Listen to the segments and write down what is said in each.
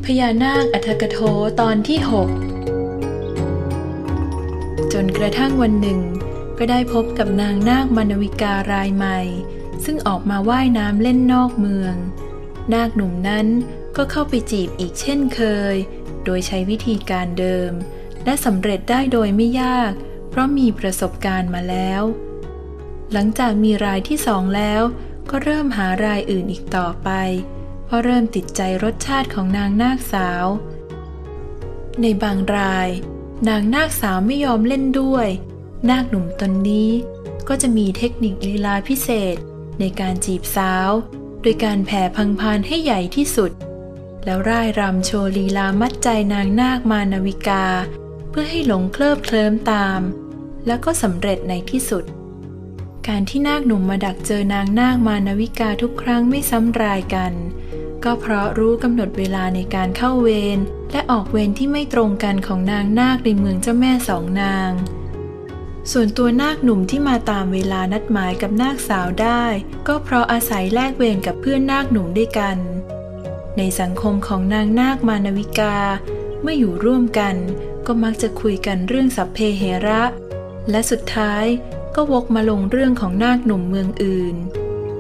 พญานาคอรรถกโถตอนที่ 6จนกระทั่งวันหนึ่งก็ได้พบกับนางนาคมณวิการายใหม่ซึ่งออกมาว่ายน้ำเล่นนอกเมืองนาคหนุ่มนั้นก็เข้าไปจีบอีกเช่นเคยโดยใช้วิธีการเดิมและสำเร็จได้โดยไม่ยากเพราะมีประสบการณ์มาแล้วหลังจากมีรายที่2แล้วก็เริ่มหารายอื่นอีกต่อไปเพราะเริ่มติดใจรสชาติของนางนาคสาวในบางรายนางนาคสาวไม่ยอมเล่นด้วยนาคหนุ่มตนนี้ก็จะมีเทคนิคลีลาพิเศษในการจีบสาวโดยการแผ่พังพานให้ใหญ่ที่สุดแล้วร่ายรำโชว์ลีลามัดใจนางนาคมานวิกาเพื่อให้หลงเคลิบเคลิ้มตามแล้วก็สำเร็จในที่สุดการที่นาคหนุ่มมาดักเจอนางนาคมานวิกาทุกครั้งไม่ซ้ำรายกันก็เพราะรู้กำหนดเวลาในการเข้าเวรและออกเวรที่ไม่ตรงกันของนางนาคในเมืองเจ้าแม่สองนางส่วนตัวนาคหนุ่มที่มาตามเวลานัดหมายกับนาคสาวได้ก็เพราะอาศัยแลกเวรกับเพื่อนนาคหนุ่มด้วยกันในสังคมของนางนาคมานวิกาเมื่ออยู่ร่วมกันก็มักจะคุยกันเรื่องสัพเพเหระและสุดท้ายก็วกมาลงเรื่องของนาคหนุ่มเมืองอื่น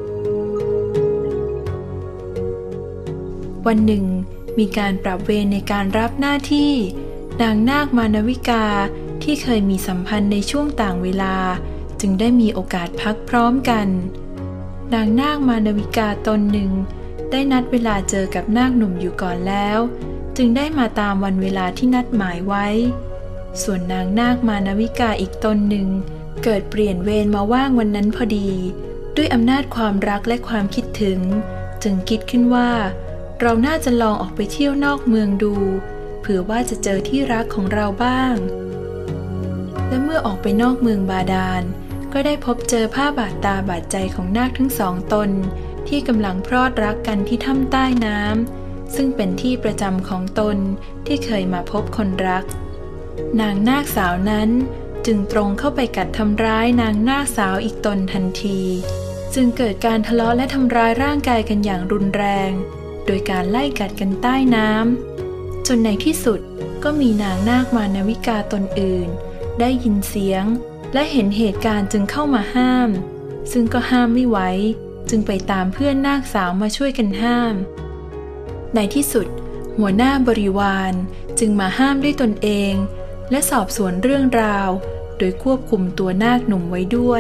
วันหนึ่งมีการปรับเวรในการรับหน้าที่นางนาคมานวิกาที่เคยมีสัมพันธ์ในช่วงต่างเวลาจึงได้มีโอกาสพักพร้อมกันนางนาคมานวิกาตนหนึ่งได้นัดเวลาเจอกับนาคหนุ่มอยู่ก่อนแล้วจึงได้มาตามวันเวลาที่นัดหมายไว้ส่วนนางนาคมานวิกาอีกตนหนึ่งเกิดเปลี่ยนเวรมาว่างวันนั้นพอดีด้วยอำนาจความรักและความคิดถึงจึงคิดขึ้นว่าเราน่าจะลองออกไปเที่ยวนอกเมืองดูเผื่อว่าจะเจอที่รักของเราบ้างและเมื่อออกไปนอกเมืองบาดาลก็ได้พบเจอภาพบาดตาบาดใจของนาคทั้งสองตนที่กำลังพรอดรักกันที่ถ้ำใต้น้ำซึ่งเป็นที่ประจำของตนที่เคยมาพบคนรักนางนาคสาวนั้นจึงตรงเข้าไปกัดทำร้ายนางนาคสาวอีกตนทันทีจึงเกิดการทะเลาะและทำร้ายร่างกายกันอย่างรุนแรงโดยการไล่กัดกันใต้น้ำจนในที่สุดก็มีนางนาคมานวิกาตนอื่นได้ยินเสียงและเห็นเหตุการณ์จึงเข้ามาห้ามซึ่งก็ห้ามไม่ไหวจึงไปตามเพื่อนนาคสาวมาช่วยกันห้ามในที่สุดหัวหน้าบริวารจึงมาห้ามด้วยตนเองและสอบสวนเรื่องราวโดยควบคุมตัวนาคหนุ่มไว้ด้วย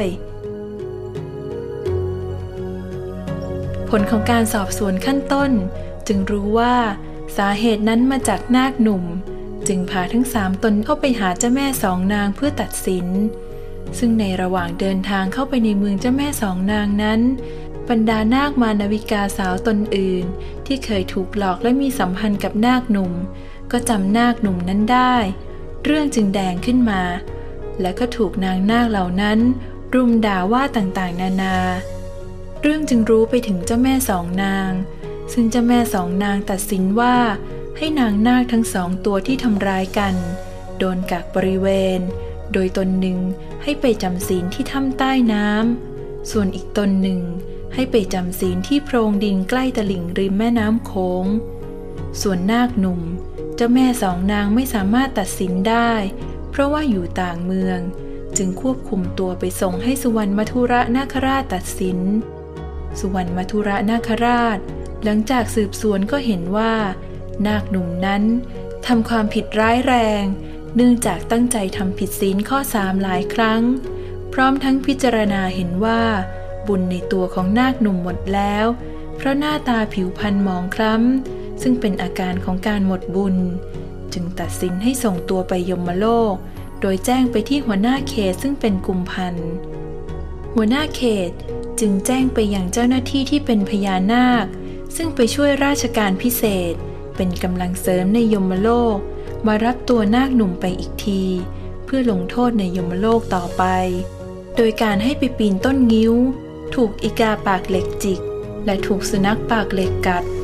ผลของการสอบสวนขั้นต้นจึงรู้ว่าสาเหตุนั้นมาจากนาคหนุ่มจึงพาทั้ง3ตนเข้าไปหาเจ้าแม่สองนางเพื่อตัดสินซึ่งในระหว่างเดินทางเข้าไปในเมืองเจ้าแม่สองนางนั้นบรรดานาคมานวิกาสาวตนอื่นที่เคยถูกหลอกและมีสัมพันธ์กับนาคหนุ่มก็จำนาคหนุ่มนั้นได้เรื่องจึงแดงขึ้นมาและก็ถูกนางนาคเหล่านั้นรุมด่าว่าต่างๆนานาเรื่องจึงรู้ไปถึงเจ้าแม่สองนางซึ่งเจ้าแม่สองนางตัดสินว่าให้นางนาคทั้ง2ตัวที่ทำร้ายกันโดนกักบริเวณโดยตนหนึ่งให้ไปจำศีลที่ถ้ำใต้น้ำส่วนอีกตนหนึ่งให้ไปจำศีลที่โพรงดินใกล้ตลิ่งริมแม่น้ำโขงส่วนนาคหนุ่มเจ้าแม่สองนางไม่สามารถตัดสินได้เพราะว่าอยู่ต่างเมืองจึงควบคุมตัวไปส่งให้สุวรรณมัทุระนาคราชตัดสินสุวรรณมัทุระนาคราชหลังจากสืบสวนก็เห็นว่านาคหนุ่มนั้นทำความผิดร้ายแรงเนื่องจากตั้งใจทำผิดศีลข้อ3หลายครั้งพร้อมทั้งพิจารณาเห็นว่าบุญในตัวของนาคหนุ่มหมดแล้วเพราะหน้าตาผิวพรรณหมองคล้ำซึ่งเป็นอาการของการหมดบุญจึงตัดสินให้ส่งตัวไปยมโลกโดยแจ้งไปที่หัวหน้าเขตซึ่งเป็นกุมพันธ์หัวหน้าเขตจึงแจ้งไปยังเจ้าหน้าที่ที่เป็นพญานาคซึ่งไปช่วยราชการพิเศษเป็นกำลังเสริมในยมโลกมารับตัวนาคหนุ่มไปอีกทีเพื่อลงโทษในยมโลกต่อไปโดยการให้ไปปีนต้นงิ้วถูกอีกาปากเหล็กจิกและถูกสุนัขปากเหล็กกัด